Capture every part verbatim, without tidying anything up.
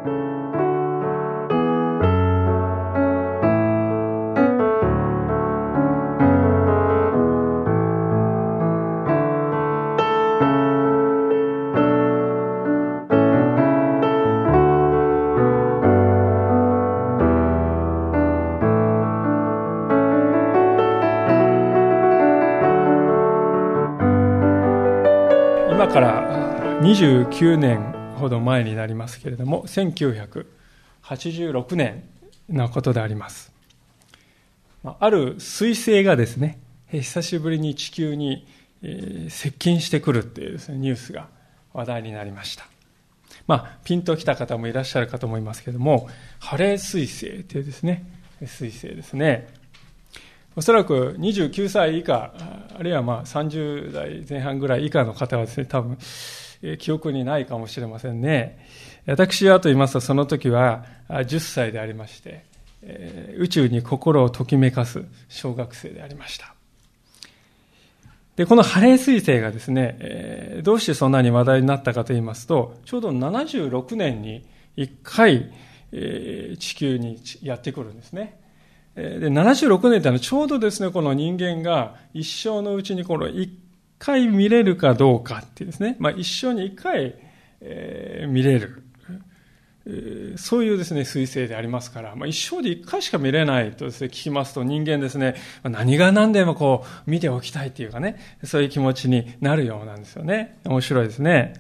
今からにじゅうきゅうねんほど前になりますけれども、せんきゅうひゃくはちじゅうろくねんのことであります。ある彗星がですね、久しぶりに地球に接近してくるっていうですね、ニュースが話題になりました。まあ、ピンときた方もいらっしゃるかと思いますけれども、ハレー彗星というですね、彗星ですね。おそらくにじゅうきゅうさい以下、あるいはまあさんじゅうだいぜん半ぐらい以下の方はですね、多分、記憶にないかもしれませんね。私はと言いますと、その時はじゅっさいでありまして、宇宙に心をときめかす小学生でありました。で、このハレー彗星がですね、どうしてそんなに話題になったかと言いますと、ちょうどななじゅうろくねんにいっかい地球にやってくるんですね。でななじゅうろくねんというのはちょうどですね、この人間が一生のうちにこのいっかい見れるかどうかっていうですね、まあ、一生にいっかい、えー、見れる、えー、そういうですね彗星でありますから、まあ、一生でいっかいしか見れないとですね聞きますと、人間ですね、何が何でもこう見ておきたいっていうかね、そういう気持ちになるようなんですよね。面白いですね。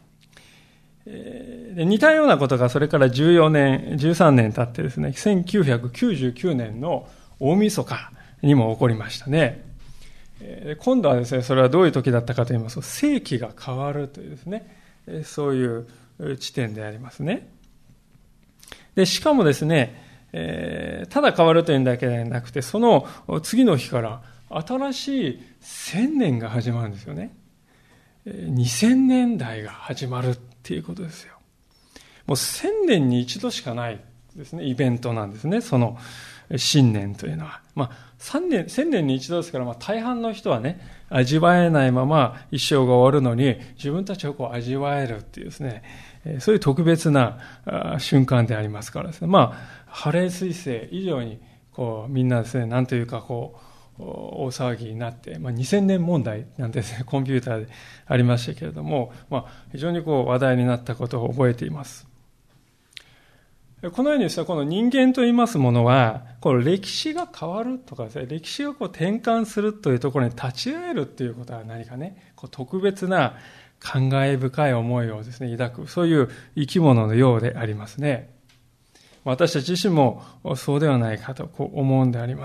で似たようなことがそれからじゅうよねん、じゅうさんねん経ってですね、せんきゅうひゃくきゅうじゅうきゅうねんの大晦日にも起こりましたね。今度はですね、それはどういう時だったかと言いますと、世紀が変わるというですね、そういう地点でありますね。で、しかもですね、えー、ただ変わるというだけではなくて、その次の日から新しい千年が始まるんですよね。にせんねんだいが始まるっていうことですよ。もう千年に一度しかないですね、イベントなんですね、その新年というのは。まあ、三年、千年に一度ですから、まあ、大半の人はね、味わえないまま一生が終わるのに、自分たちをこう味わえるっていうですね、そういう特別な瞬間でありますからですね。まあ、ハレー彗星以上に、こう、みんなですね、なんというかこう、大騒ぎになって、まあ、にせんねん問題なんてですね、コンピューターでありましたけれども、まあ、非常にこう話題になったことを覚えています。このようにですね、この人間といいますものは、この歴史が変わるとかですね、歴史がこう転換するというところに立ち会えるということは何かね、こう特別な感慨深い思いをですね、抱く、そういう生き物のようでありますね。私たち自身もそうではないかとこう思うんであります。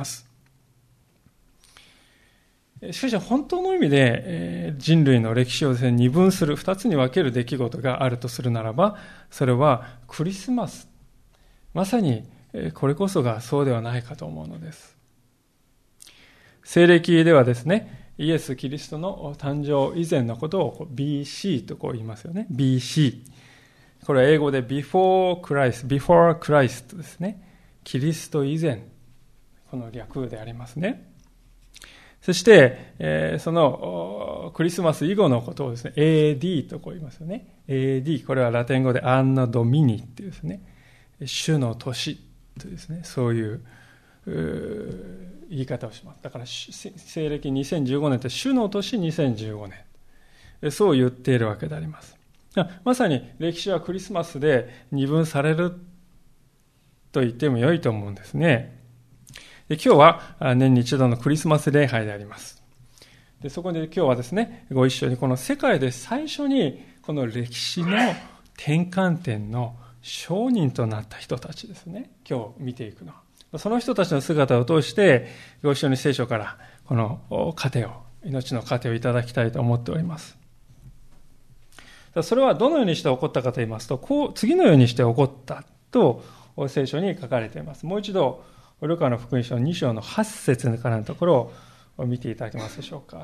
しかし本当の意味で人類の歴史をですね、二分する、二つに分ける出来事があるとするならば、それはクリスマス。まさにこれこそがそうではないかと思うのです。西暦ではですね、イエス・キリストの誕生以前のことを ビーシー とこう言いますよね。ビーシー。これは英語で before Christ、before Christ ですね。キリスト以前。この略でありますね。そして、えー、そのクリスマス以後のことをですね、エーディー とこう言いますよね。エーディー、これはラテン語でアンナドミニっていうですね、主の年というですね、そういう、う言い方をします。だから西暦にせんじゅうごねんって主の年にせんじゅうごねん。そう言っているわけであります。まさに歴史はクリスマスで二分されると言っても良いと思うんですね。で今日は年に一度のクリスマス礼拝であります。でそこで今日はですね、ご一緒にこの世界で最初にこの歴史の転換点の証人となった人たちですね、今日見ていくのは。その人たちの姿を通してご一緒に聖書からこの糧を、命の糧をいただきたいと思っております。それはどのようにして起こったかと言いますと、こう次のようにして起こったと聖書に書かれています。もう一度ルカの福音書に章のはち節からのところを見ていただけますでしょうか。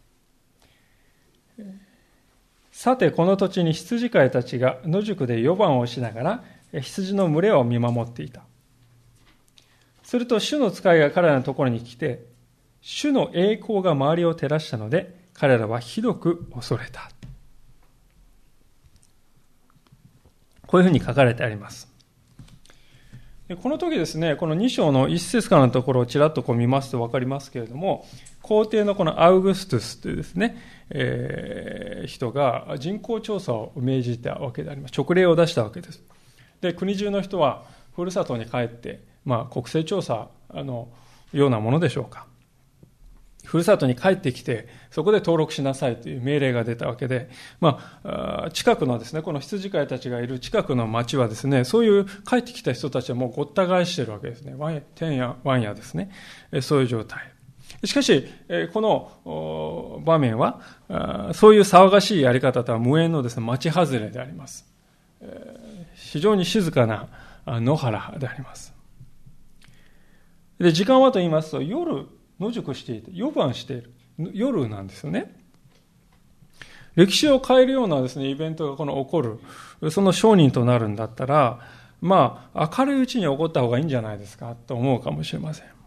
さてこの土地に羊飼いたちが野宿で夜番をしながら羊の群れを見守っていた。すると主の使いが彼らのところに来て、主の栄光が周りを照らしたので彼らはひどく恐れた。こういうふうに書かれてあります。 この時ですね、このに章のいち節からのところをちらっとこう見ますと分かりますけれども、皇帝のこのアウグストゥスというですね、えー、人が人口調査を命じたわけであります。勅令を出したわけです。で、国中の人はふるさとに帰って、まあ、国勢調査のようなものでしょうか。ふるさとに帰ってきて、そこで登録しなさいという命令が出たわけで、まあ、近くのですね、この羊飼いたちがいる近くの町はですね、そういう帰ってきた人たちはもうごった返しているわけですね。てんやわんやですね。そういう状態。しかし、この場面は、そういう騒がしいやり方とは無縁のですね、町外れであります。非常に静かな野原であります。で、時間はと言いますと、夜、野宿していて、夜晩している。夜なんですよね。歴史を変えるようなですね、イベントがこの起こる。その証人となるんだったら、まあ、明るいうちに起こった方がいいんじゃないですか、と思うかもしれません。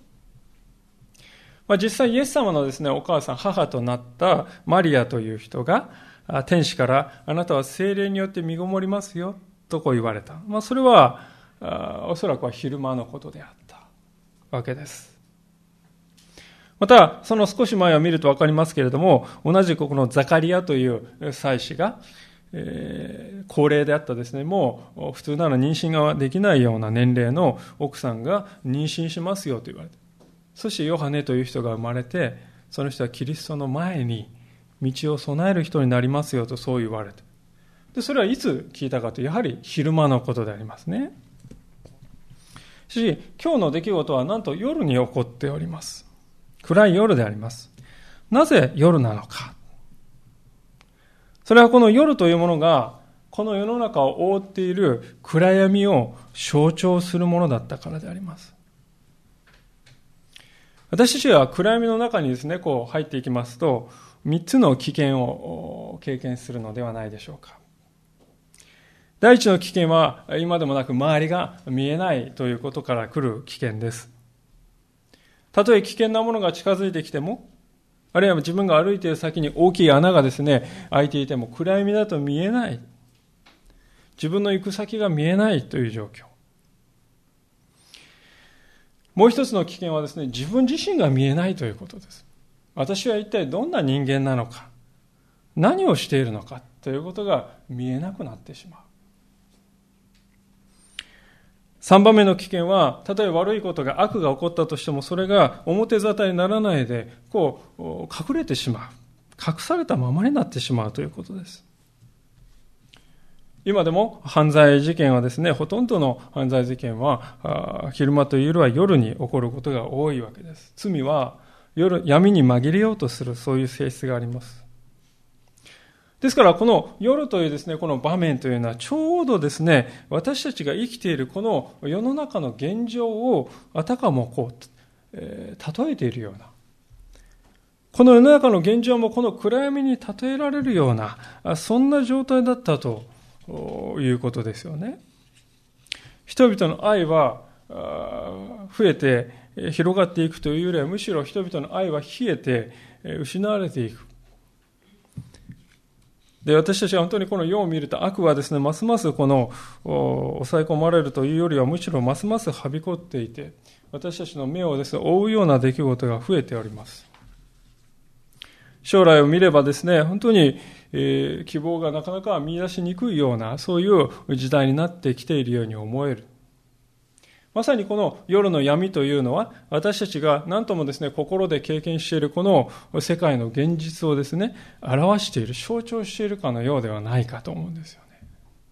まあ、実際イエス様のですね、お母さん、母となったマリアという人が、天使から、あなたは聖霊によって身ごもりますよ、とこう言われた。まあ、それは、おそらくは昼間のことであったわけです。また、その少し前を見ると分かりますけれども、同じくこのザカリアという祭司が、えー、高齢であったですね、もう普通なら妊娠ができないような年齢の奥さんが妊娠しますよと言われて、そしてヨハネという人が生まれて、その人はキリストの前に道を備える人になりますよとそう言われて、でそれはいつ聞いたかというと、やはり昼間のことでありますね。しかし、今日の出来事はなんと夜に起こっております。暗い夜であります。なぜ夜なのか。それはこの夜というものが、この世の中を覆っている暗闇を象徴するものだったからであります。私たちは暗闇の中にですね、こう入っていきますと、三つの危険を経験するのではないでしょうか。第一の危険は、今でもなく周りが見えないということから来る危険です。たとえ危険なものが近づいてきても、あるいは自分が歩いている先に大きい穴がですね、開いていても暗闇だと見えない。自分の行く先が見えないという状況。もう一つの危険はですね、自分自身が見えないということです。私は一体どんな人間なのか、何をしているのかということが見えなくなってしまう。三番目の危険は、たとえ悪いことが、悪が起こったとしても、それが表沙汰にならないで、こう、隠れてしまう。隠されたままになってしまうということです。今でも犯罪事件はですね、ほとんどの犯罪事件は、昼間というよりは夜に起こることが多いわけです。罪は夜、闇に紛れようとする、そういう性質があります。ですから、この夜というですね、この場面というのは、ちょうどですね、私たちが生きているこの世の中の現状を、あたかもこう、えー、例えているような、この世の中の現状もこの暗闇に例えられるような、そんな状態だったということですよね。人々の愛は増えて広がっていくというよりは、むしろ人々の愛は冷えて失われていく。で、私たちは本当にこの世を見ると、悪はですね、ますますこの抑え込まれるというよりは、むしろますますはびこっていて、私たちの目をですね、覆うような出来事が増えております。将来を見ればですね、本当に、えー、希望がなかなか見出しにくいような、そういう時代になってきているように思える。まさにこの夜の闇というのは、私たちが何ともですね、心で経験しているこの世界の現実をですね、表している、象徴しているかのようではないかと思うんですよね。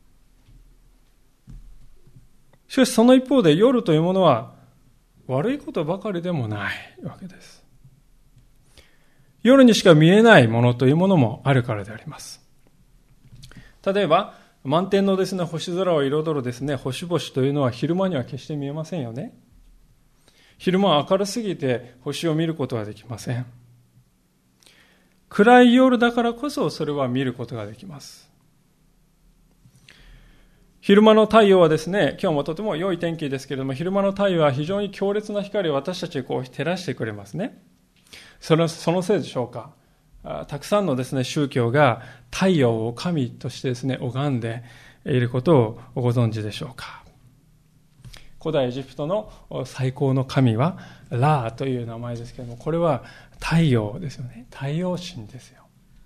しかしその一方で、夜というものは悪いことばかりでもないわけです。夜にしか見えないものというものもあるからであります。例えば、満天のですね、星空を彩るですね、星々というのは昼間には決して見えませんよね。昼間は明るすぎて星を見ることはできません。暗い夜だからこそそれは見ることができます。昼間の太陽はですね、今日もとても良い天気ですけれども、昼間の太陽は非常に強烈な光を私たちにこう照らしてくれますね。その、そのせいでしょうか。たくさんのですね、宗教が太陽を神としてですね、拝んでいることをご存知でしょうか。 古代エジプトの最高の神はラーという名前ですけれども、これは太陽ですよね。太陽神ですよ。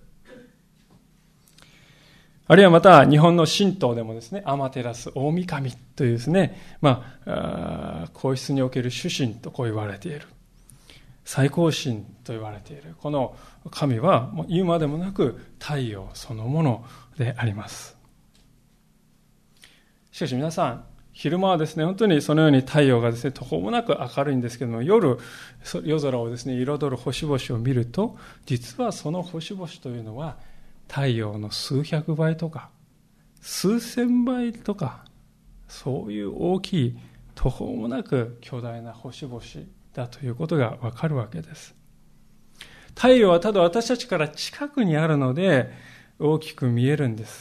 あるいはまた日本の神道でもですね、アマテラス大神というですね、まあ、皇室における主神とこう言われている。最高神と言われている。この神はもう言うまでもなく太陽そのものであります。しかし皆さん、昼間はですね、本当にそのように太陽がですね、途方もなく明るいんですけども、夜、夜空をですね、彩る星々を見ると、実はその星々というのは、太陽の数百倍とか、数千倍とか、そういう大きい、途方もなく巨大な星々だということがわかるわけです。太陽はただ私たちから近くにあるので、大きく見えるんです。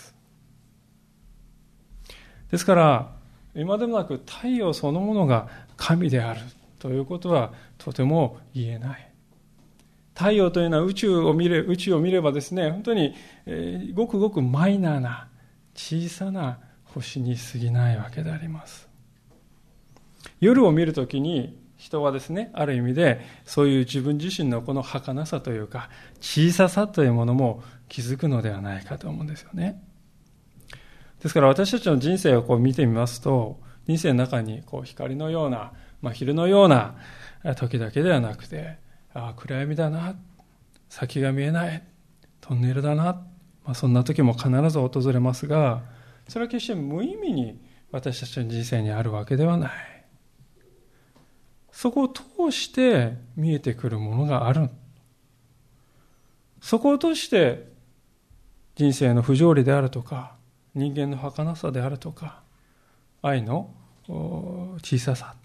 ですから、今でもなく太陽そのものが神であるということはとても言えない。太陽というのは宇宙を見れ、宇宙を見ればですね、本当に、えー、ごくごくマイナーな小さな星に過ぎないわけであります。夜を見るときに人はですね、ある意味でそういう自分自身のこの儚さというか小ささというものも気づくのではないかと思うんですよね。ですから私たちの人生をこう見てみますと、人生の中にこう光のような、まあ、昼のような時だけではなくて、ああ暗闇だな、先が見えない、トンネルだな、まあ、そんな時も必ず訪れますが、それは決して無意味に私たちの人生にあるわけではない。そこを通して見えてくるものがある。そこを通して人生の不条理であるとか、人間の儚さであるとか、愛の小ささ、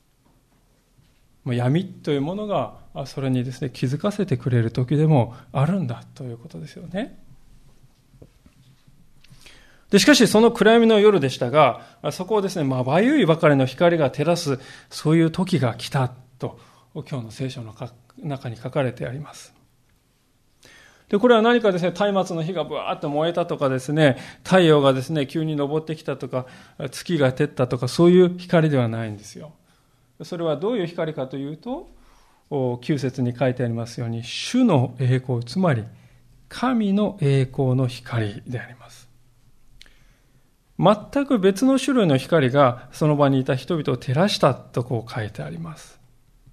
闇というものがそれにですね気づかせてくれる時でもあるんだということですよね。でしかしその暗闇の夜でしたが、そこをですねまばゆいばかりの光が照らす、そういう時が来たと今日の聖書の中に書かれてあります。でこれは何かですね、松明の火がブワーッと燃えたとかですね、太陽がですね急に昇ってきたとか、月が照ったとか、そういう光ではないんですよ。それはどういう光かというと、きゅう節に書いてありますように、主の栄光、つまり神の栄光の光であります。全く別の種類の光がその場にいた人々を照らしたとこう書いてあります。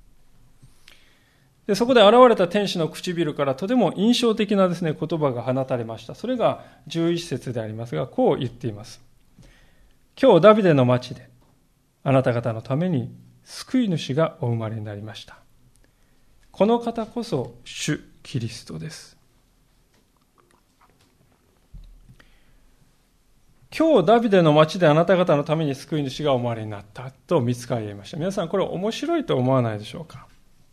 でそこで現れた天使の唇からとても印象的なですね言葉が放たれました。それがじゅういち節でありますが、こう言っています。今日ダビデの町であなた方のために救い主がお生まれになりました。この方こそ主キリストです。今日ダビデの町であなた方のために救い主がお生まれになったと御使い言いました。皆さんこれ面白いと思わないでしょうか。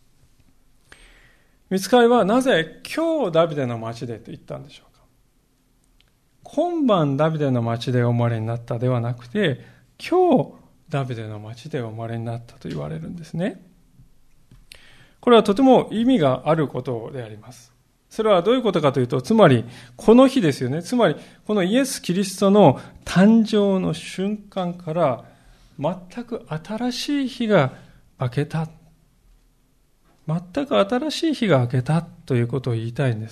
御使いはなぜ今日ダビデの町でと言ったんでしょうか。今晩ダビデの町でお生まれになったではなくて、今日ダビデの町でお生まれになったと言われるんですね。これはとても意味があることであります。それはどういうことかというと、つまりこの日ですよね。つまりこのイエス・キリストの誕生の瞬間から全く新しい日が明けた。全く新しい日が明けたということを言いたいんです。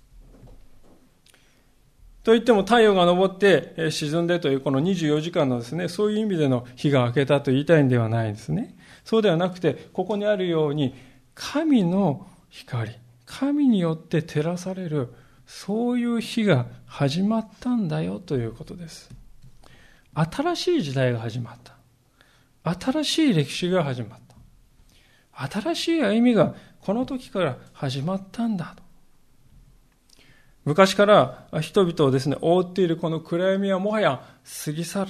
と言っても太陽が昇って沈んでというこのにじゅうよじかんのですね、そういう意味での日が明けたと言いたいんではないんですね。そうではなくて、ここにあるように神の光、神によって照らされる、そういう日が始まったんだよということです。新しい時代が始まった。新しい歴史が始まった。新しい歩みがこの時から始まったんだと。昔から人々をですね、覆っているこの暗闇はもはや過ぎ去る。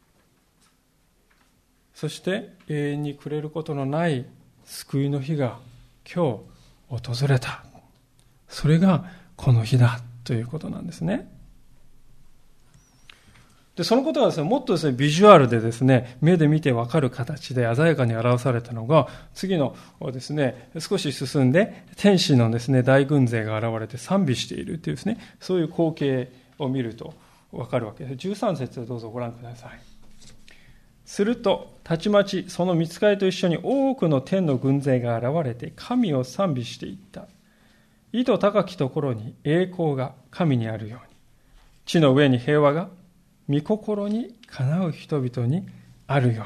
そして永遠に暮れることのない救いの日が今日訪れた。それがこの日だということなんですね。で、そのことがですね、もっとですね、ビジュアルでですね、目で見てわかる形で鮮やかに表されたのが、次のですね、少し進んで、天使のですね、大軍勢が現れて賛美しているというですね、そういう光景を見るとわかるわけです。じゅうさん節をどうぞご覧ください。 すると、たちまちその御使いと一緒に多くの天の軍勢が現れて神を賛美していった。意図高きところに栄光が神にあるように、地の上に平和が御心にかなう人々にあるように。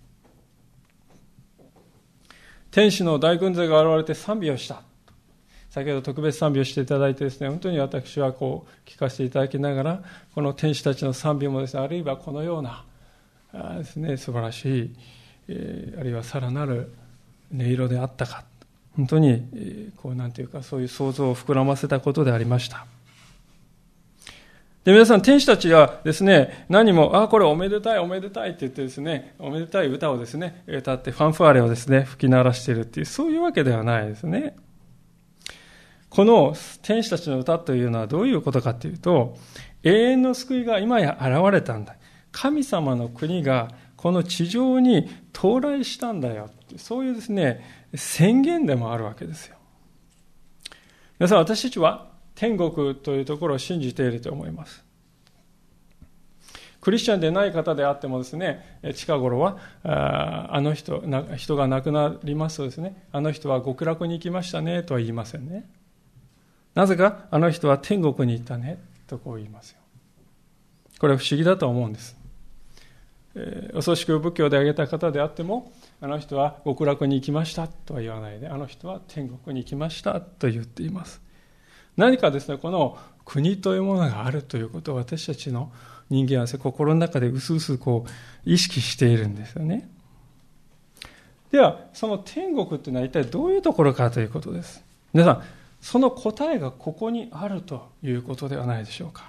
天使の大軍勢が現れて賛美をした。先ほど特別賛美をしていただいてですね、本当に私はこう聞かせていただきながら、この天使たちの賛美もですね、あるいはこのようなですね、素晴らしい、えー、あるいはさらなる音色であったか、本当に、えー、こうなんていうか、そういう想像を膨らませたことでありました。で、皆さん、天使たちはですね、何も、あ、これおめでたい、おめでたいって言ってですね、おめでたい歌をですね、歌ってファンファーレをですね、吹き鳴らしているっていう、そういうわけではないですね。この天使たちの歌というのはどういうことかというと、永遠の救いが今や現れたんだ。神様の国がこの地上に到来したんだよ。そういうですね、宣言でもあるわけですよ。皆さん、私たちは天国というところを信じていると思います。クリスチャンでない方であってもですね、近頃は、あ, あの人、人が亡くなりますとですね、あの人は極楽に行きましたねとは言いませんね。なぜか、あの人は天国に行ったねとこう言いますよ。これは不思議だと思うんです。えー、お葬式を仏教で挙げた方であっても、あの人は極楽に行きましたとは言わないで、あの人は天国に行きましたと言っています。何かですね、この国というものがあるということを私たちの人間は心の中でうすうすこう意識しているんですよね。では、その天国というのは一体どういうところかということです。皆さん、その答えがここにあるということではないでしょうか。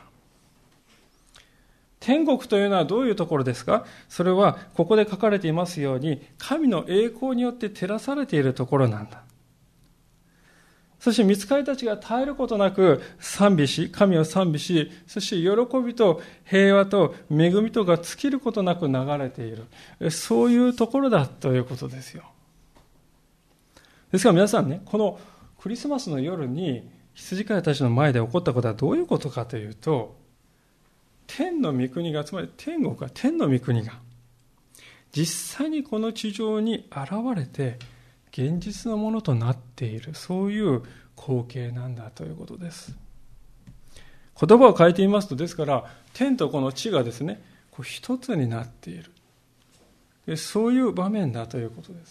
天国というのはどういうところですか？それはここで書かれていますように、神の栄光によって照らされているところなんだ。そして御使いたちが絶えることなく賛美し、神を賛美し、そして喜びと平和と恵みとが尽きることなく流れている。そういうところだということですよ。ですから皆さんね、このクリスマスの夜に羊飼いたちの前で起こったことはどういうことかというと、天の御国が、つまり天国が、天の御国が実際にこの地上に現れて現実のものとなっている、そういう光景なんだということです。言葉を変えてみますと、ですから天とこの地がですね、こう一つになっている、そういう場面だということです。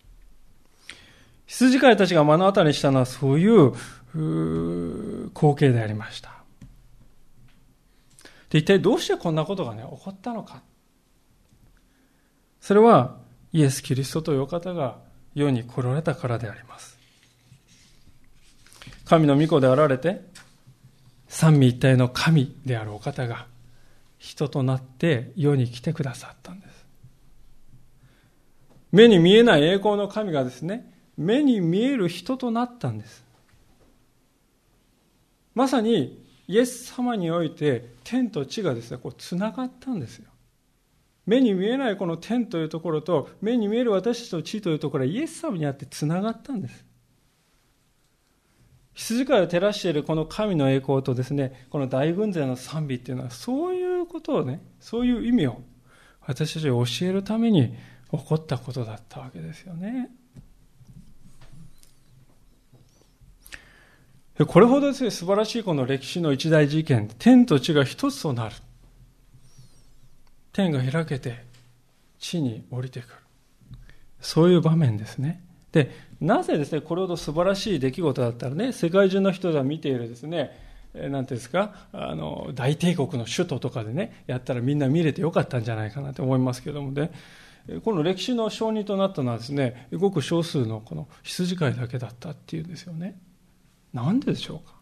羊飼いたちが目の当たりにしたのはそういう、う光景でありました。で、一体どうしてこんなことがね、起こったのか。それはイエス・キリストというお方が世に来られたからであります。神の御子であられて、三位一体の神であるお方が人となって世に来てくださったんです。目に見えない栄光の神がですね、目に見える人となったんです。まさにイエス様において天と地がですね、こうつながったんですよ。目に見えないこの天というところと、目に見える私たちの地というところはイエス様にあってつながったんです。羊飼いを照らしているこの神の栄光とですね、この大軍勢の賛美っていうのは、そういうことをね、そういう意味を私たちに教えるために起こったことだったわけですよね。これほどですね、素晴らしいこの歴史の一大事件、天と地が一つとなる。天が開けて地に降りてくる。そういう場面ですね。で、なぜですね、これほど素晴らしい出来事だったらね、世界中の人が見ているですね、えー、なんていうんですか、あの、大帝国の首都とかでね、やったらみんな見れてよかったんじゃないかなと思いますけどもね、この歴史の証人となったのはですね、ごく少数のこの羊飼いだけだったっていうんですよね。なんででしょうか。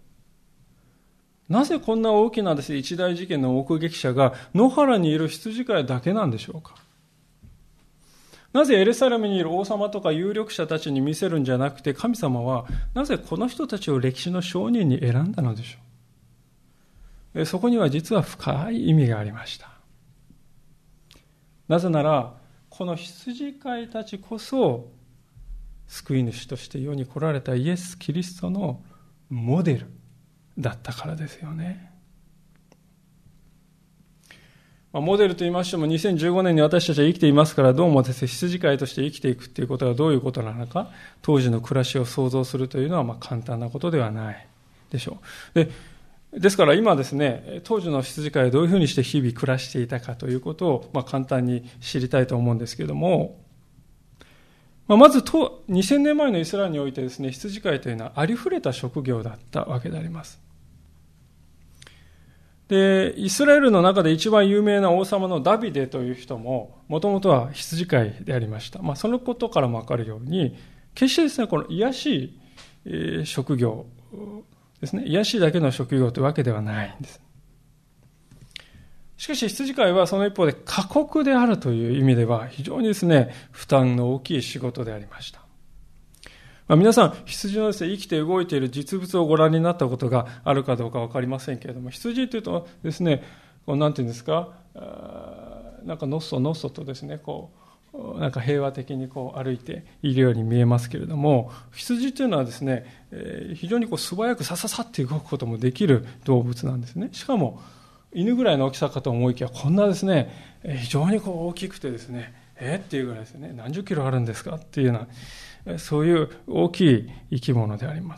なぜこんな大きなですね、一大事件の目撃者が野原にいる羊飼いだけなんでしょうか。なぜエルサレムにいる王様とか有力者たちに見せるんじゃなくて、神様はなぜこの人たちを歴史の証人に選んだのでしょう。そこには実は深い意味がありました。なぜなら、この羊飼いたちこそ救い主として世に来られたイエス・キリストのモデルだったからですよね。 まあ、モデルと言いましてもにせんじゅうごねんに私たちは生きていますから、どうもですね、羊飼いとして生きていくということがどういうことなのか、当時の暮らしを想像するというのはまあ簡単なことではないでしょう。でですから今ですね、当時の羊飼いはどういうふうにして日々暮らしていたかということを、まあ、簡単に知りたいと思うんですけれども、まあ、まずにせんねんまえのイスラエルにおいてですね、羊飼いというのはありふれた職業だったわけであります。で、イスラエルの中で一番有名な王様のダビデという人も、もともとは羊飼いでありました。まあ、そのことからもわかるように、決してですね、この癒しい職業ですね、癒しだけの職業というわけではないんです。しかし羊飼いはその一方で過酷であるという意味では非常にですね、負担の大きい仕事でありました。まあ、皆さん、羊のですね、生きて動いている実物をご覧になったことがあるかどうかわかりませんけれども、羊というとですね、こうなんていうんですか、なんかのっそのっそとですね、こう、なんか平和的にこう歩いているように見えますけれども、羊というのはですね、非常にこう素早くさささって動くこともできる動物なんですね。しかも、犬ぐらいの大きさかと思いきや、こんなですね、非常にこう大きくてですね、えっていうぐらいですね、何十キロあるんですかっていうような、そういう大きい生き物であります。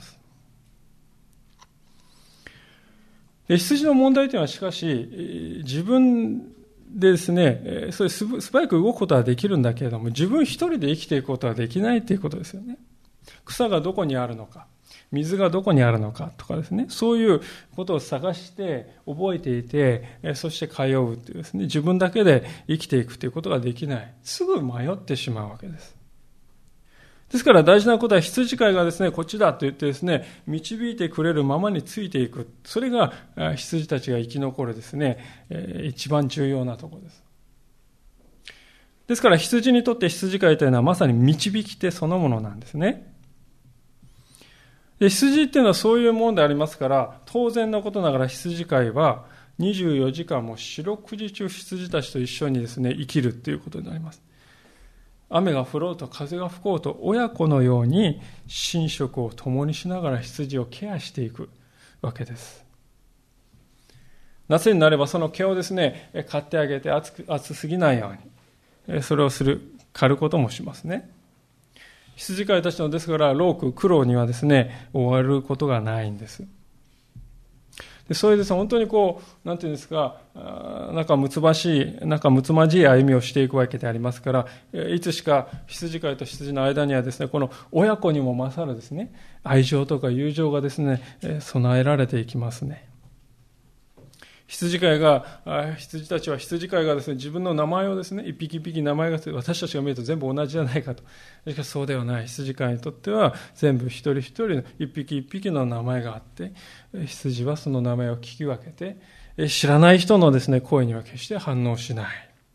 で、羊の問題というのはしかし、自分でですね、それ素早く動くことはできるんだけれども、自分一人で生きていくことはできないということですよね。草がどこにあるのか、水がどこにあるのかとかですね、そういうことを探して覚えていて、そして通うというですね、自分だけで生きていくということができない。すぐ迷ってしまうわけです。ですから大事なことは羊飼いがですね、こっちだと言ってですね、導いてくれるままについていく。それが羊たちが生き残るですね、一番重要なところです。ですから羊にとって羊飼いというのはまさに導き手そのものなんですね。で、羊っていうのはそういうものでありますから、当然のことながら羊飼いはにじゅうよじかんも四六時中羊たちと一緒にですね、生きるということになります。雨が降ろうと風が吹こうと親子のように寝食を共にしながら羊をケアしていくわけです。夏になればその毛をですね、刈ってあげて暑く、暑すぎないように、それをする、刈ることもしますね。羊飼いたちのですから労苦苦労にはですね、終わることがないんです。でそういうですね、本当にこう、なんていうんですか、なんかむつましい、なんかむつまじい歩みをしていくわけでありますから、いつしか羊飼いと羊の間にはですね、この親子にも勝るですね、愛情とか友情がですね、備えられていきますね。羊飼いが、羊たちは羊飼いがですね、自分の名前をですね、一匹一匹名前がついて、私たちが見ると全部同じじゃないかと。しかしそうではない。羊飼いにとっては全部一人一人の一匹一匹の名前があって、羊はその名前を聞き分けて、知らない人のですね、声には決して反応しない。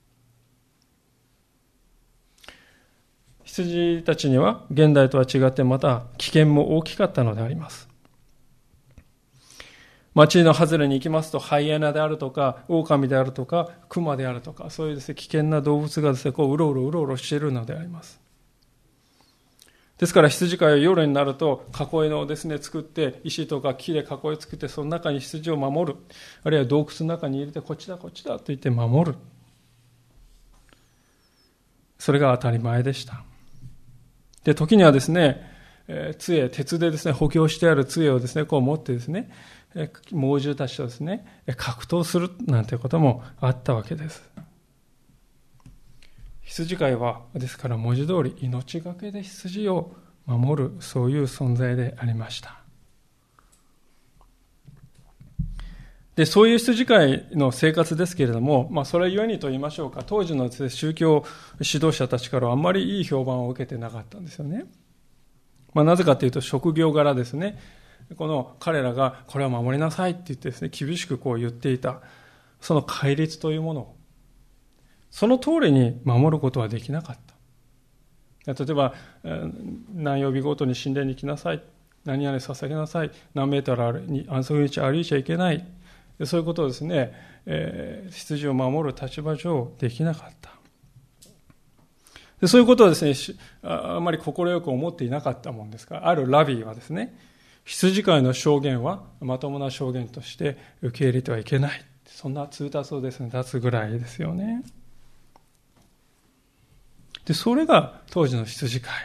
羊たちには現代とは違ってまた危険も大きかったのであります。町の外れに行きますと、ハイエナであるとか、狼であるとか、熊であるとか、そういうですね、危険な動物がですね、こう、うろうろうろうろしているのであります。ですから、羊飼いは夜になると、囲いのですね、作って、石とか木で囲いを作って、その中に羊を守る。あるいは洞窟の中に入れて、こっちだ、こっちだと言って守る。それが当たり前でした。で、時にはですね、えー、杖、鉄でですね、補強してある杖をですね、こう持ってですね、猛獣たちとですね、格闘するなんてこともあったわけです。羊飼いは、ですから文字通り命がけで羊を守る、そういう存在でありました。で、そういう羊飼いの生活ですけれども、まあ、それゆえにと言いましょうか、当時の宗教指導者たちからあんまりいい評判を受けてなかったんですよね。まあ、なぜかというと、職業柄ですね。この彼らがこれは守りなさいって言ってですね、厳しくこう言っていた、その戒律というものを、その通りに守ることはできなかった。例えば、何曜日ごとに神殿に来なさい、何々捧げなさい、何メートルに安息日歩いちゃいけない、そういうことをですね、えー、羊を守る立場上できなかった。でそういうことはですね、あまり快く思っていなかったもんですから、あるラビーはですね、羊飼いの証言はまともな証言として受け入れてはいけない。 そんな通達をですね、出すぐらいですよね。で、それが当時の羊飼い。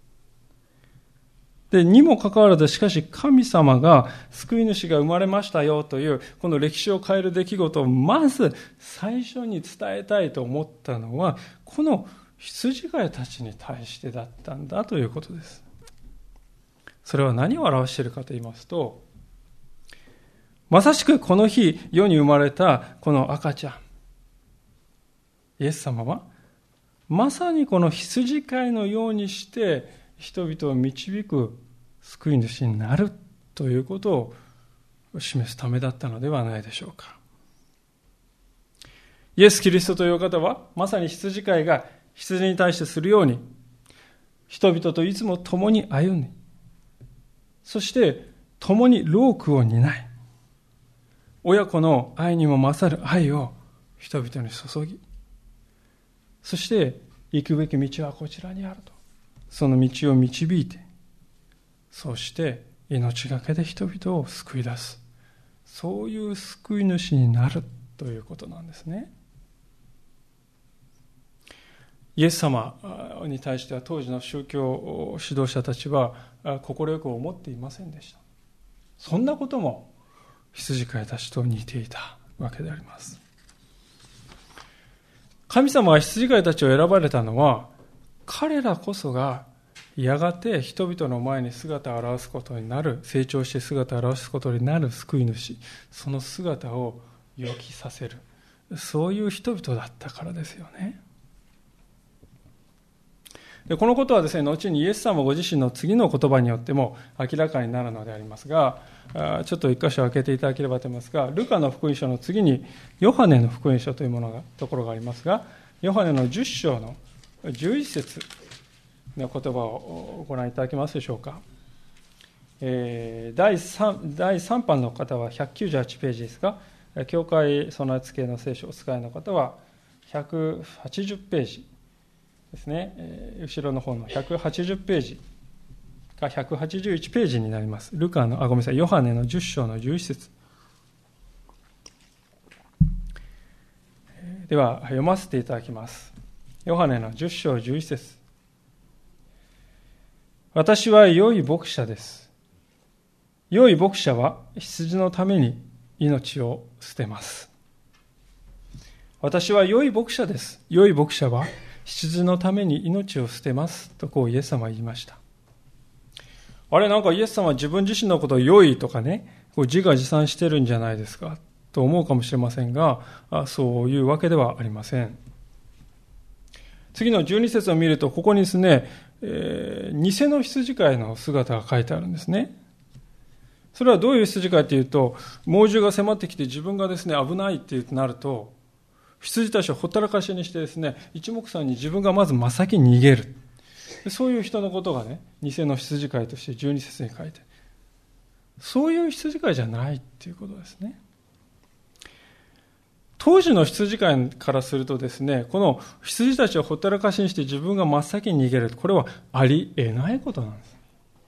で、にもかかわらず、しかし神様が救い主が生まれましたよという、この歴史を変える出来事をまず最初に伝えたいと思ったのは、この羊飼いたちに対してだったんだということです。それは何を表しているかと言いますと、まさしくこの日世に生まれたこの赤ちゃん、イエス様はまさにこの羊飼いのようにして人々を導く救い主になるということを示すためだったのではないでしょうか。イエス・キリストという方はまさに羊飼いが羊に対してするように、人々といつも共に歩み、そして共に労苦を担い、親子の愛にも勝る愛を人々に注ぎ、そして行くべき道はこちらにあると、その道を導いて、そして命がけで人々を救い出す、そういう救い主になるということなんですね。イエス様に対しては当時の宗教指導者たちは快く思っていませんでした。そんなことも羊飼いたちと似ていたわけであります。神様が羊飼いたちを選ばれたのは、彼らこそがやがて人々の前に姿を現すことになる、成長して姿を現すことになる救い主、その姿を予期させる、そういう人々だったからですよね。でこのことはですね、後にイエス様ご自身の次の言葉によっても明らかになるのでありますが、ちょっと一箇所開けていただければと思いますが、ルカの福音書の次にヨハネの福音書というものがところがありますが、ヨハネのじゅっ章のじゅういち節の言葉をご覧いただけますでしょうか。えー、第3、だいさん版の方はひゃくきゅうじゅうはちページですが、教会備え付けの聖書をお使いの方はひゃくはちじゅうページですね、後ろの方のひゃくはちじゅうページかひゃくはちじゅういちページになります。ルカの、あ、ごめんなさい、ヨハネのじゅっ章のじゅういち節では読ませていただきます。ヨハネのじゅっ章じゅういち節。私は良い牧者です。良い牧者は羊のために命を捨てます。私は良い牧者です。良い牧者は羊のために命を捨てますとこうイエス様は言いました。あれ、なんかイエス様は自分自身のことを良いとかね、こう自画自賛してるんじゃないですかと思うかもしれませんが、そういうわけではありません。次のじゅうに節を見ると、ここにですね、えー、偽の羊飼いの姿が書いてあるんですね。それはどういう羊飼いっていうと、猛獣が迫ってきて自分がですね危ないってなると、羊たちをほったらかしにしてですね、一目散に自分がまず真っ先に逃げる。そういう人のことがね、偽の羊飼いとしてじゅうに節に書いて、そういう羊飼いじゃないっていうことですね。当時の羊飼いからするとですね、この羊たちをほったらかしにして自分が真っ先に逃げる、これはありえないことなんです。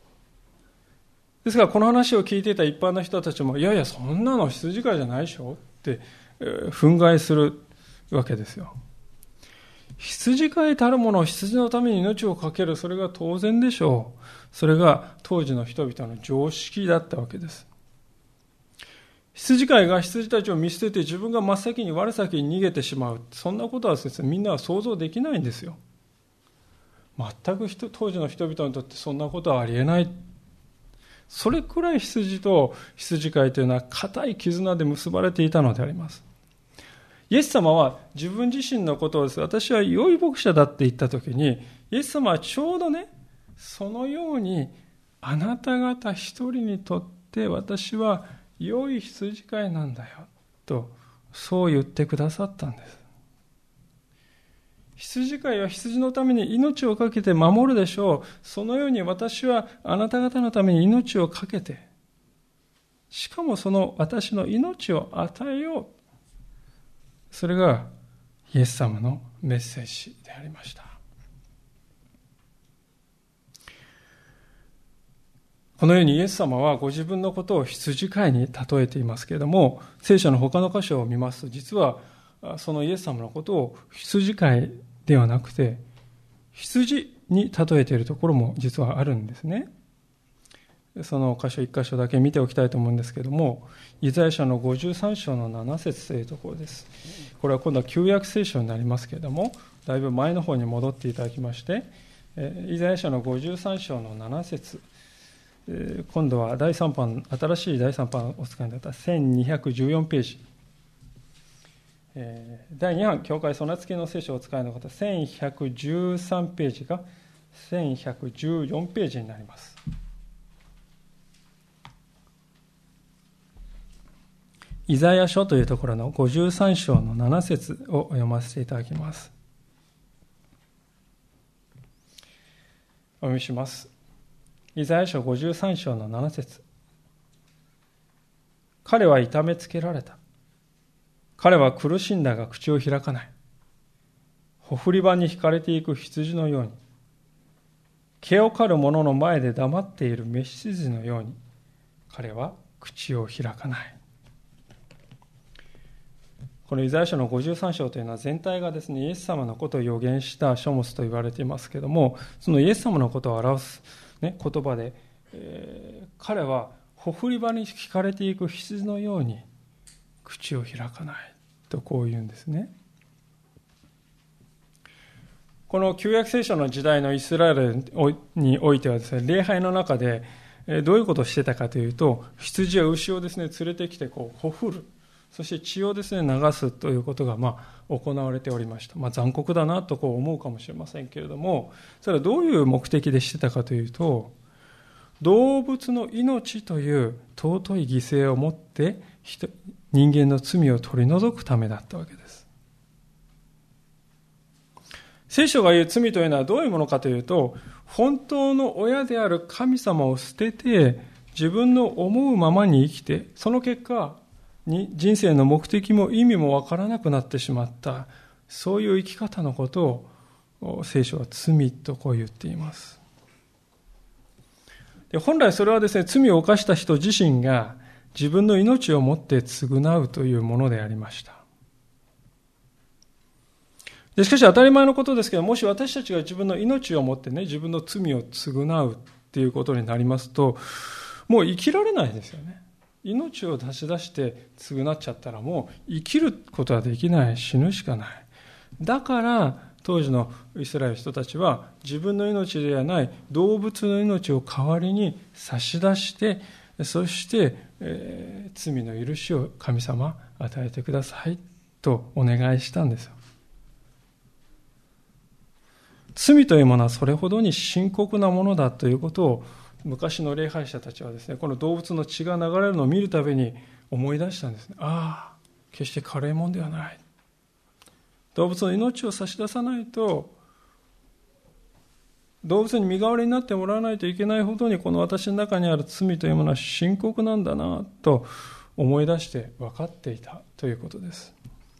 ですからこの話を聞いていた一般の人たちも、いやいやそんなの羊飼いじゃないでしょって、えー、憤慨するわけですよ。羊飼いたるものを羊のために命を懸ける、それが当然でしょう。それが当時の人々の常識だったわけです。羊飼いが羊たちを見捨てて自分が真っ先に我先に逃げてしまう、そんなことはですね、みんなは想像できないんですよ。全く人当時の人々にとってそんなことはありえない。それくらい羊と羊飼いというのは固い絆で結ばれていたのであります。イエス様は自分自身のことをです、私は良い牧者だって言ったときに、イエス様はちょうどね、そのようにあなた方一人にとって私は良い羊飼いなんだよと、そう言ってくださったんです。羊飼いは羊のために命を懸けて守るでしょう。そのように私はあなた方のために命を懸けて、しかもその私の命を与えよう。それがイエス様のメッセージでありました。 このようにイエス様はご自分のことを羊飼いに例えていますけれども、聖書の他の箇所を見ますと、実はそのイエス様のことを羊飼いではなくて、羊に例えているところも実はあるんですね。その箇所一箇所だけ見ておきたいと思うんですけれども、イザヤ書のごじゅうさん章のなな節というところです。これは今度は旧約聖書になりますけれども、だいぶ前の方に戻っていただきまして、イザヤ書のごじゅうさん章のなな節、今度は第三版、新しい第三版をお使いになったせんにひゃくじゅうよんページ、だいに版教会備え付けの聖書をお使いの方、せんひゃくじゅうさんページがせんひゃくじゅうよんページになります。イザヤ書というところのごじゅうさん章のなな節を読ませていただきます。お読みします。イザヤ書ごじゅうさん章のなな節。彼は痛めつけられた。彼は苦しんだが口を開かない。ほふり場に引かれていく羊のように、毛を刈る者の前で黙っている雌羊のように、彼は口を開かない。このイザヤ書のごじゅうさん章というのは全体がですね、イエス様のことを予言した書物と言われていますけれども、そのイエス様のことを表す、ね、言葉で、えー、彼はほふり場に引かれていく羊のように口を開かないとこう言うんですね。この旧約聖書の時代のイスラエルにおいてはですね、礼拝の中でどういうことをしてたかというと、羊や牛をですね連れてきてこうほふる、そして血をですね流すということがまあ行われておりました。まあ、残酷だなとこう思うかもしれませんけれども、それはどういう目的でしてたかというと、動物の命という尊い犠牲をもって人間の罪を取り除くためだったわけです。聖書が言う罪というのはどういうものかというと、本当の親である神様を捨てて自分の思うままに生きて、その結果に人生の目的も意味もわからなくなってしまった、そういう生き方のことを聖書は罪とこう言っています。で、本来それはですね、罪を犯した人自身が自分の命をもって償うというものでありました。でしかし当たり前のことですけど、もし私たちが自分の命をもってね、自分の罪を償うっていうことになりますと、もう生きられないですよね。命を出し出して償っちゃったらもう生きることはできない、死ぬしかない。だから当時のイスラエル人たちは自分の命ではない動物の命を代わりに差し出して、そして、えー、罪の許しを神様与えてくださいとお願いしたんですよ。罪というものはそれほどに深刻なものだということを昔の礼拝者たちはですね、この動物の血が流れるのを見るたびに思い出したんですね。ああ、決して軽いもんではない。動物の命を差し出さないと、動物に身代わりになってもらわないといけないほどに、この私の中にある罪というものは深刻なんだなと思い出して分かっていたということです。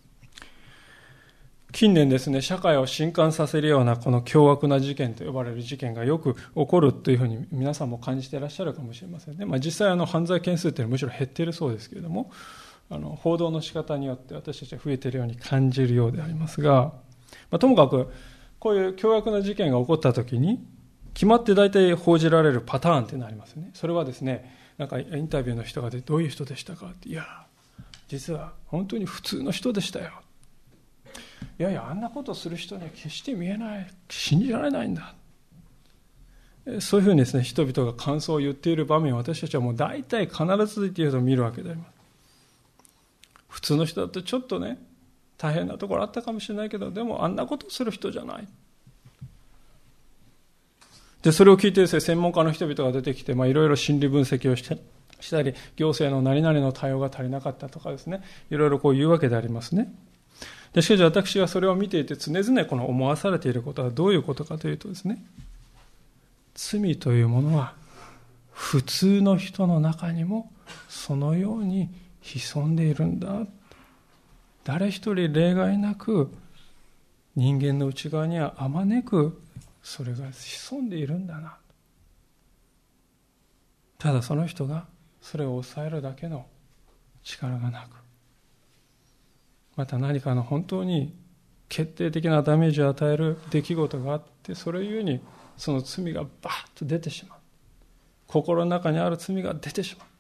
近年ですね、社会を震撼させるようなこの凶悪な事件と呼ばれる事件がよく起こるというふうに皆さんも感じていらっしゃるかもしれませんね。まあ、実際あの犯罪件数というのはむしろ減っているそうですけれども、あの報道の仕方によって私たちは増えているように感じるようでありますが、まあ、ともかくこういう凶悪な事件が起こったときに決まって大体報じられるパターンっていうのがありますね。それはですね、なんかインタビューの人がでどういう人でしたかって、いや実は本当に普通の人でしたよ。いやいや、あんなことをする人には決して見えない、信じられないんだ。そういうふうにですね、人々が感想を言っている場面を私たちはもう大体必ずというと見るわけであります。普通の人だってちょっとね、大変なところあったかもしれないけど、でもあんなことをする人じゃない。で、それを聞いてですね、専門家の人々が出てきて、まあいろいろ心理分析をしてしたり、行政の何々の対応が足りなかったとかですね、いろいろこう言うわけでありますね。でしかし私はそれを見ていて常々この思わされていることはどういうことかというとですね、罪というものは普通の人の中にもそのように潜んでいるんだ。誰一人例外なく人間の内側にはあまねくそれが潜んでいるんだな。 ただその人がそれを抑えるだけの力がなく、また何かの本当に決定的なダメージを与える出来事があって、それゆえにその罪がバーッと出てしまう。心の中にある罪が出てしまう。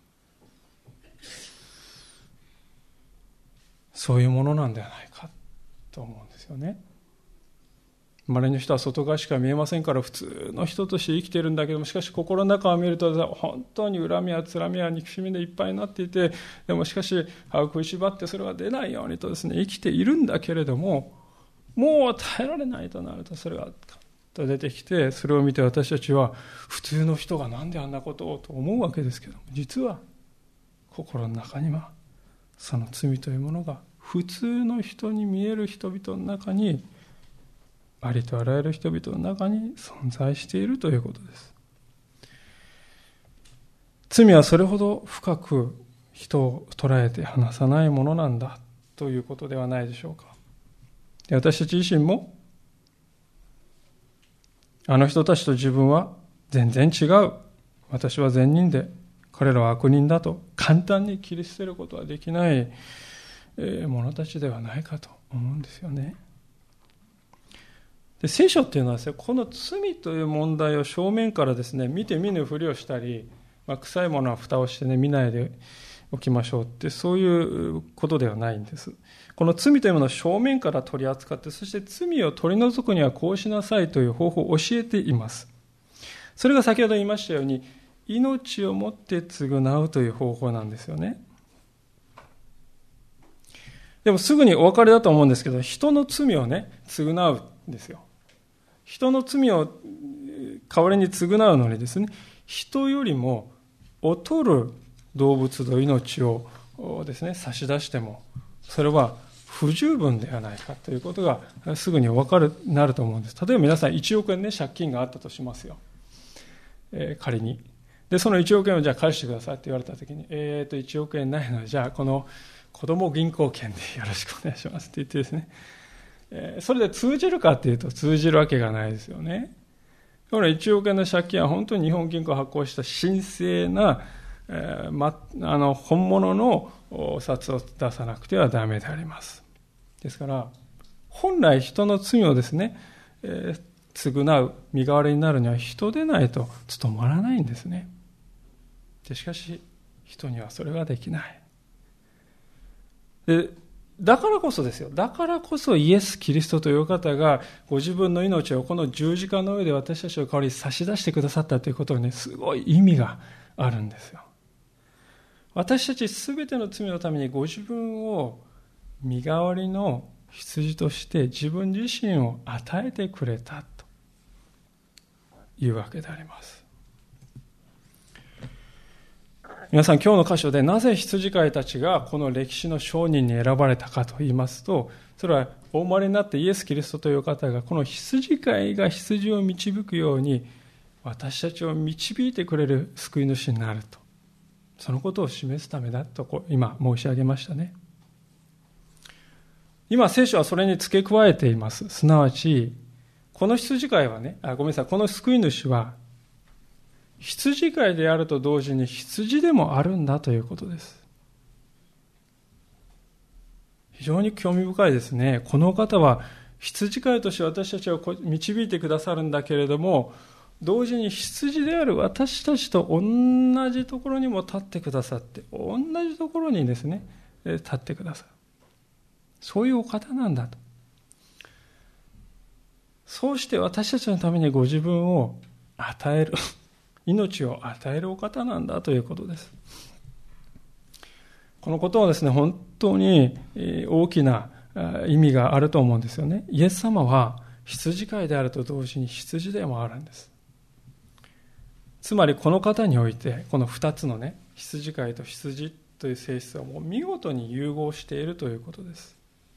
そういうものなんではないかと思うんですよね。稀の人は外側しか見えませんから普通の人として生きているんだけども、しかし心の中を見ると本当に恨みやつらみや憎しみでいっぱいになっていて、でもしかし歯を食いしばってそれが出ないようにとですね、生きているんだけれども、もう耐えられないとなるとそれがと出てきて、それを見て私たちは普通の人がなんであんなことをと思うわけですけども、実は心の中にはその罪というものが普通の人に見える人々の中に、ありとあらゆる人々の中に存在しているということです。罪はそれほど深く人を捉えて離さないものなんだということではないでしょうか。で、私たち自身もあの人たちと自分は全然違う、私は善人で彼らは悪人だと簡単に切り捨てることはできない者たちではないかと思うんですよね。で、聖書っていうのはですね、この罪という問題を正面からですね、見て見ぬふりをしたり、まあ、臭いものは蓋をしてね、見ないでおきましょうって、そういうことではないんです。この罪というものを正面から取り扱って、そして罪を取り除くにはこうしなさいという方法を教えています。それが先ほど言いましたように、命をもって償うという方法なんですよね。でもすぐにお分かりだと思うんですけど、人の罪をね、償うんですよ。人の罪を代わりに償うのにですね、人よりも劣る動物の命をですね、差し出しても、それは不十分ではないかということがすぐにお分かるなると思うんです。例えば皆さんいちおくえんね、借金があったとしますよ。えー、仮に。で、そのいちおくえんをじゃあ返してくださいって言われたときに、えーと、いちおくえんないので、じゃあこの子供銀行券でよろしくお願いしますって言ってですね、えー、それで通じるかっていうと通じるわけがないですよね。このいちおくえんの借金は本当に日本銀行が発行した神聖な、えーま、あの本物のお札を出さなくてはダメであります。ですから本来人の罪をですね、えー、償う身代わりになるには人でないと務まらないんですね。でしかし人にはそれができない。でだからこそですよ。だからこそイエス・キリストという方がご自分の命をこの十字架の上で私たちの代わりに差し出してくださったということにね、すごい意味があるんですよ。私たちすべての罪のためにご自分を身代わりの羊として自分自身を与えてくれたというわけであります。皆さん、今日の箇所でなぜ羊飼いたちがこの歴史の証人に選ばれたかと言いますと、それはお生まれになってイエス・キリストという方がこの羊飼いが羊を導くように私たちを導いてくれる救い主になると、そのことを示すためだと今申し上げましたね。今聖書はそれに付け加えています。すなわちこの羊飼いはね、あ、ごめんなさい、この救い主は羊飼いであると同時に羊でもあるんだということです。非常に興味深いですね。この方は羊飼いとして私たちを導いてくださるんだけれども、同時に羊である私たちと同じところにも立ってくださって、同じところにですね、立ってくださる。そういうお方なんだと。そうして私たちのためにご自分を与える。命を与えるお方なんだということです。このことはですね、本当に大きな意味があると思うんですよね。イエス様は羊飼いであると同時に羊でもあるんです。つまりこの方において、この二つのね、羊飼いと羊という性質はもう見事に融合しているということです。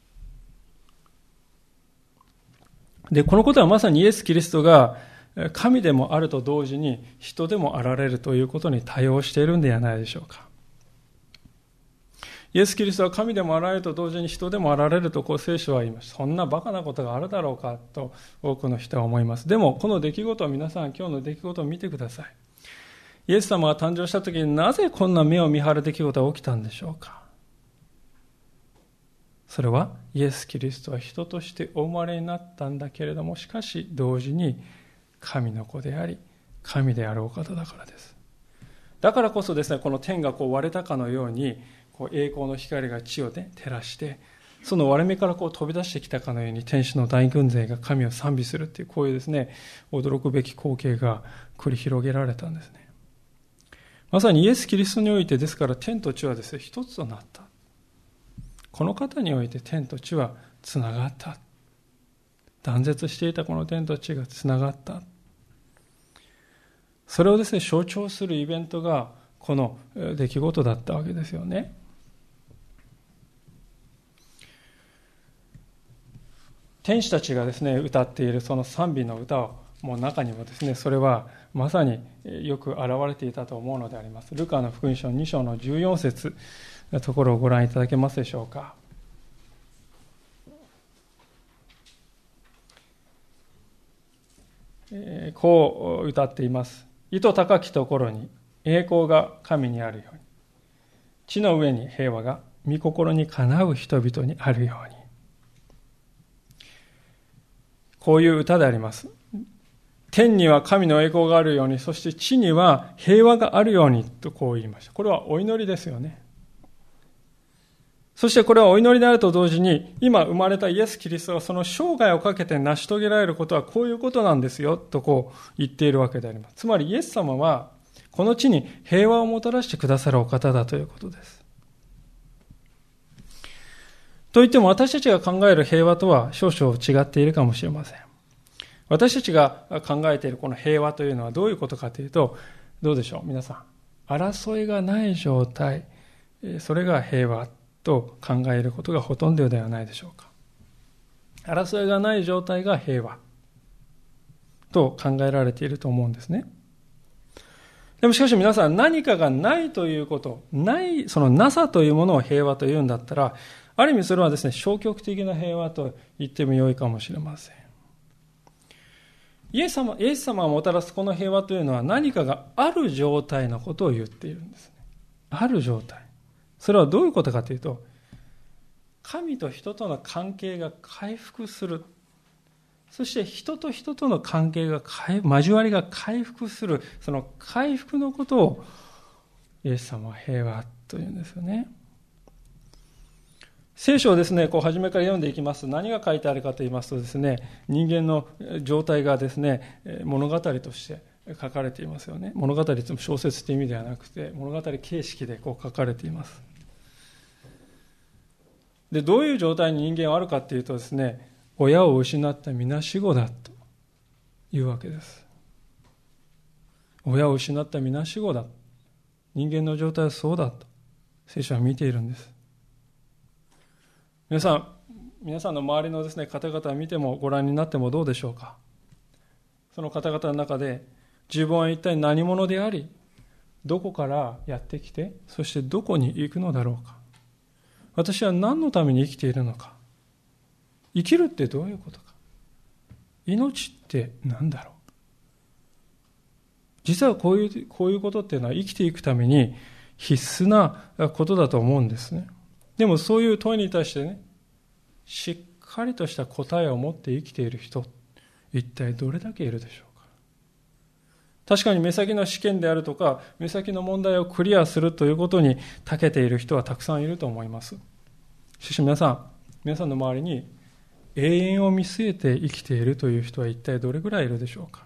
で、このことはまさにイエス・キリストが神でもあると同時に人でもあられるということに対応しているんではないでしょうか。イエス・キリストは神でもあられると同時に人でもあられるとこう聖書は言います。そんなバカなことがあるだろうかと多くの人は思います。でもこの出来事を皆さん、今日の出来事を見てください。 イエス様が誕生した時になぜこんな目を見張る出来事が起きたんでしょうか。それはイエス・キリストは人としてお生まれになったんだけれども、しかし同時に神の子であり神であるお方だからです。だからこそですね、この天がこう割れたかのようにこう栄光の光が地を、ね、照らして、その割れ目からこう飛び出してきたかのように天使の大軍勢が神を賛美するっていう、こういうですね驚くべき光景が繰り広げられたんですね。まさにイエス・キリストにおいて、ですから天と地はですね一つとなった。この方において天と地はつながった。断絶していたこの天と地がつながった。それをですね象徴するイベントがこの出来事だったわけですよね。天使たちがですね歌っているその賛美の歌をもう中にもですね、それはまさによく現れていたと思うのであります。ルカの福音書に章のじゅうよん節のところをご覧いただけますでしょうか。えー、こう歌っています。意図高きところに栄光が神にあるように、地の上に平和が御心にかなう人々にあるように。こういう歌であります。天には神の栄光があるように、そして地には平和があるようにとこう言いました。これはお祈りですよね。そしてこれはお祈りであると同時に、今生まれたイエス・キリストがその生涯をかけて成し遂げられることはこういうことなんですよとこう言っているわけであります。つまりイエス様はこの地に平和をもたらしてくださるお方だということです。といっても私たちが考える平和とは少々違っているかもしれません。私たちが考えているこの平和というのはどういうことかというと、どうでしょう皆さん。争いがない状態、それが平和と考えることがほとんどではないでしょうか。争いがない状態が平和と考えられていると思うんですね。でもしかし皆さん、何かがないということ、ない、そのなさというものを平和というんだったら、ある意味それはですね、消極的な平和と言ってもよいかもしれません。イエス様、イエス様がもたらすこの平和というのは何かがある状態のことを言っているんですね。ある状態。それはどういうことかというと、神と人との関係が回復する。そして人と人との関係が、交わりが回復する。その回復のことをイエス様は平和というんですよね。聖書をですね、こう初めから読んでいきますと、何が書いてあるかと言いますとですね、人間の状態がですね、物語として書かれていますよね。物語という小説という意味ではなくて、物語形式でこう書かれています。で、どういう状態に人間はあるかというとですね、親を失ったみなしごだというわけです。親を失ったみなしごだ。人間の状態はそうだと聖書は見ているんです。皆さん、皆さんの周りのですね、方々を見てもご覧になってもどうでしょうか。その方々の中で自分は一体何者であり、どこからやってきて、そしてどこに行くのだろうか。私は何のために生きているのか。生きるってどういうことか。命って何だろう。実はこういう、こういうことっていうのは生きていくために必須なことだと思うんですね。でもそういう問いに対してね、しっかりとした答えを持って生きている人、一体どれだけいるでしょうか。確かに目先の試験であるとか、目先の問題をクリアするということに長けている人はたくさんいると思います。しかし皆さん、皆さんの周りに永遠を見据えて生きているという人は一体どれぐらいいるでしょうか。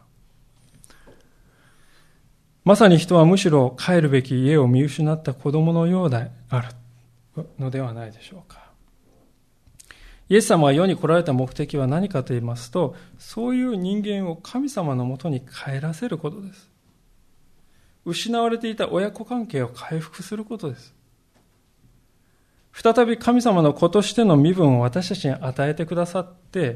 まさに人はむしろ帰るべき家を見失った子供のようであるのではないでしょうか。イエス様が世に来られた目的は何かと言いますと、そういう人間を神様のもとに帰らせることです。失われていた親子関係を回復することです。再び神様の子としての身分を私たちに与えてくださって、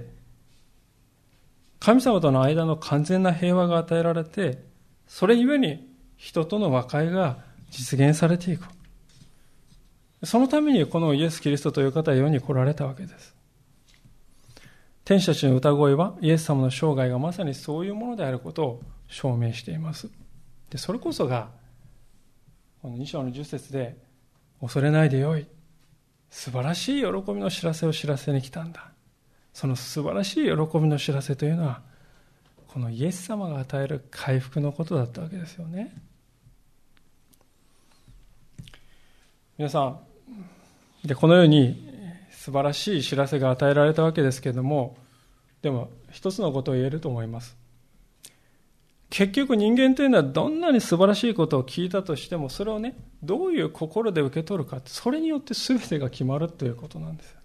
神様との間の完全な平和が与えられて、それゆえに人との和解が実現されていく。そのためにこのイエス・キリストという方は世に来られたわけです。天使たちの歌声はイエス様の生涯がまさにそういうものであることを証明しています。 でそれこそがこのに章のじゅっ節で、恐れないでよい、素晴らしい喜びの知らせを知らせに来たんだ。その素晴らしい喜びの知らせというのは、このイエス様が与える回復のことだったわけですよね。皆さん、でこのように素晴らしい知らせが与えられたわけですけれども、でも一つのことを言えると思います。結局人間というのはどんなに素晴らしいことを聞いたとしても、それをね、どういう心で受け取るか、それによって全てが決まるということなんですよね。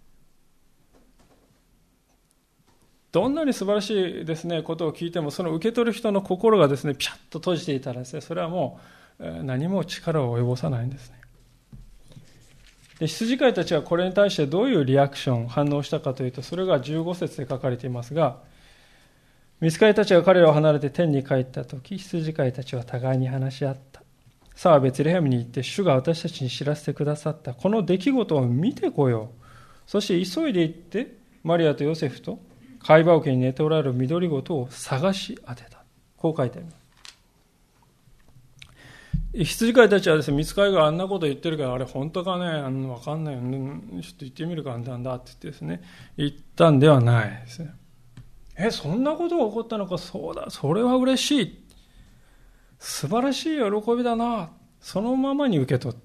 どんなに素晴らしいですね、ことを聞いても、その受け取る人の心がですね、ピシャッと閉じていたらですね、それはもう何も力を及ぼさないんですね。で羊飼いたちはこれに対してどういうリアクション、反応したかというと、それがじゅうご節で書かれていますが、御使いたちが彼らを離れて天に帰ったとき、羊飼いたちは互いに話し合った。さあベツレヘムに行って、主が私たちに知らせてくださったこの出来事を見てこよう。そして急いで行って、マリアとヨセフと貝羽桶に寝ておられる緑子を探し当てた。こう書いてあります。羊飼いたちはですね、御使いがあんなこと言ってるから、あれ本当かね、あの分かんないよ、ね、ちょっと言ってみるか、なんだって言ってですね、言ったんではないですね。え、そんなことが起こったのか、そうだ、それは嬉しい。素晴らしい喜びだな。そのままに受け取って、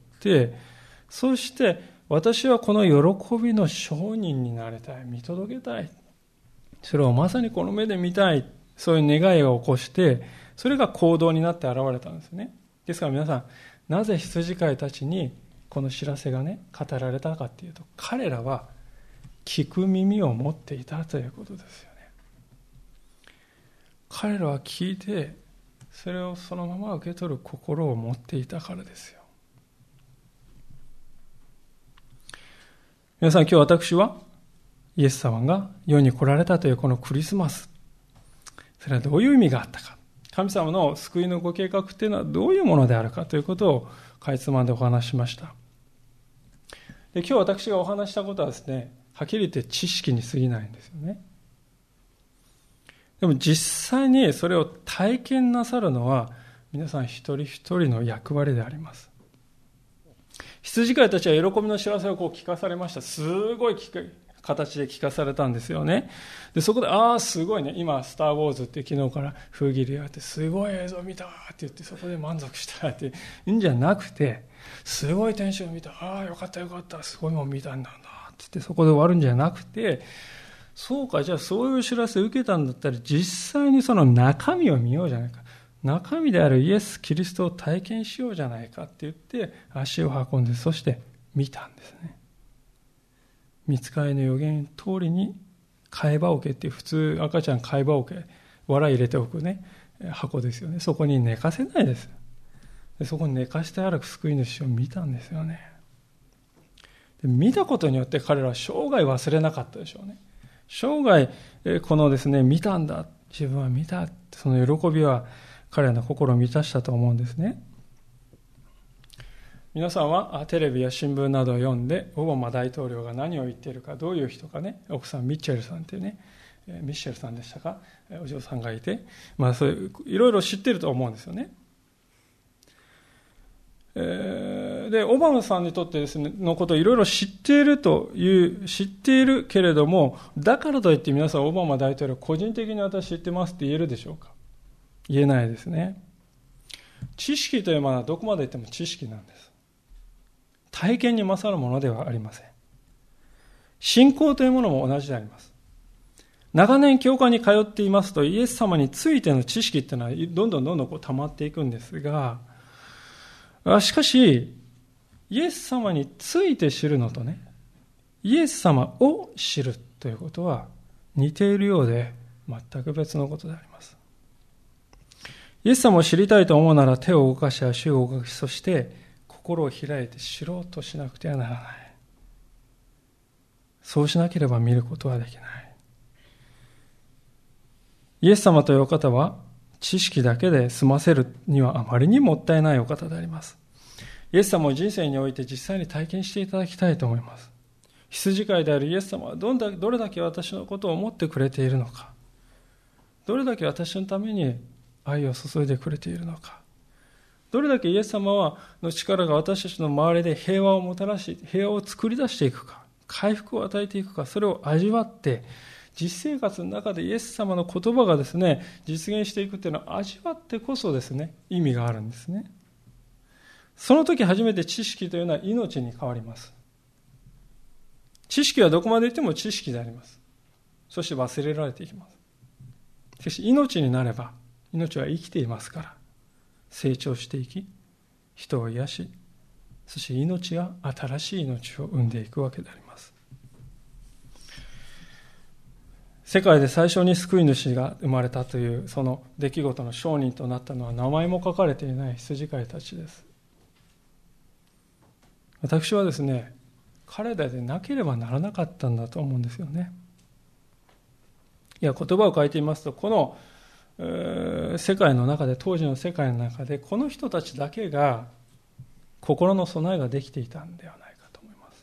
そして私はこの喜びの証人になりたい、見届けたい。それをまさにこの目で見たい。そういう願いを起こして、それが行動になって現れたんですね。ですから皆さん、なぜ羊飼いたちにこの知らせがね、語られたかっていうと、彼らは聞く耳を持っていたということですよね。彼らは聞いて、それをそのまま受け取る心を持っていたからですよ。皆さん、今日私はイエス様が世に来られたというこのクリスマス、それはどういう意味があったか、神様の救いのご計画というのはどういうものであるかということをかいつまんでお話ししました。で、今日私がお話したことはですね、はっきり言って知識に過ぎないんですよね。でも実際にそれを体験なさるのは皆さん一人一人の役割であります。羊飼いたちは喜びの知らせをこう聞かされました。すごい聞く形で聞かされたんですよね。でそこで、ああすごいね、今スターウォーズって昨日から封切りやって、すごい映像見たって言って、そこで満足したっていうんじゃなくて、すごい天使を見た、ああよかったよかった、すごいもん見たんだって言って、そこで終わるんじゃなくて、そうか、じゃあそういう知らせを受けたんだったら、実際にその中身を見ようじゃないか、中身であるイエス・キリストを体験しようじゃないかって言って足を運んで、そして見たんですね。御使いの予言通りに貝羽桶っていう、普通赤ちゃん貝羽桶、藁入れておくね箱ですよね。そこに寝かせないです。でそこに寝かしてある救い主を見たんですよね。で見たことによって彼らは生涯忘れなかったでしょうね。生涯このですね、見たんだ、自分は見た、その喜びは彼らの心を満たしたと思うんですね。皆さんはテレビや新聞などを読んで、オバマ大統領が何を言っているか、どういう人かね、奥さんミッチェルさんっていうね、ミッシェルさんでしたか、お嬢さんがいて、まあそういういろいろ知っていると思うんですよね。えー、でオバマさんにとってですねのことをいろいろ知っているという知っているけれども、だからといって皆さんオバマ大統領個人的に私知ってますって言えるでしょうか。言えないですね。知識というものはどこまで言っても知識なんです。体験に勝るものではありません。信仰というものも同じであります。長年教会に通っていますと、イエス様についての知識っていうのはどんどんどんどんこう溜まっていくんですが、しかしイエス様について知るのとね、イエス様を知るということは似ているようで全く別のことであります。イエス様を知りたいと思うなら、手を動かし足を動かし、そして心を開いて知ろうとしなくてはならない。そうしなければ見ることはできない。イエス様というお方は知識だけで済ませるにはあまりにもったいないお方であります。イエス様を人生において実際に体験していただきたいと思います。羊飼いであるイエス様はどんだどれだけ私のことを思ってくれているのか、どれだけ私のために愛を注いでくれているのか、 どれだけイエス様はの力が私たちの周りで平和をもたらし、平和を作り出していくか、回復を与えていくか、それを味わって、実生活の中でイエス様の言葉がですね、実現していくというのは味わってこそですね、意味があるんですね。その時初めて知識というのは命に変わります。知識はどこまで行っても知識であります。そして忘れられていきます。しかし命になれば、命は生きていますから、成長していき、人を癒し、そして命が新しい命を生んでいくわけであります。世界で最初に救い主が生まれたというその出来事の証人となったのは、名前も書かれていない羊飼いたちです。私はですね、彼らでなければならなかったんだと思うんですよね。いや、言葉を書いていますと、この、えー、世界の中で、当時の世界の中で、この人たちだけが心の備えができていたんではないかと思います。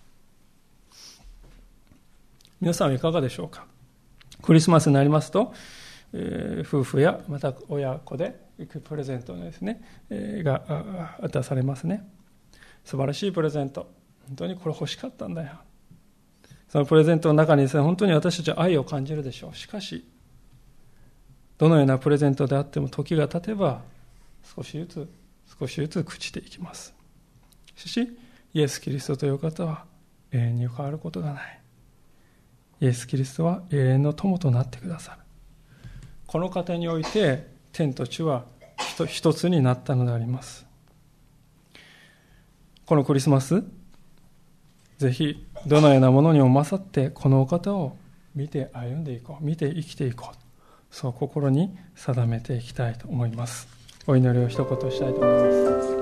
皆さんはいかがでしょうか。クリスマスになりますと、えー、夫婦やまた親子でプレゼントですね、えー、が渡されますね。素晴らしいプレゼント、本当にこれ欲しかったんだよ。そのプレゼントの中にですね、本当に私たちは愛を感じるでしょう。しかしどのようなプレゼントであっても、時が経てば少しずつ少しずつ朽ちていきます。しかしイエス・キリストという方は永遠に変わることがない。イエス・キリストは永遠の友となってくださる。この過程において天と地は一つになったのであります。このクリスマス、ぜひどのようなものにも勝ってこのお方を見て歩んでいこう、見て生きていこう、そう心に定めていきたいと思います。お祈りを一言したいと思います。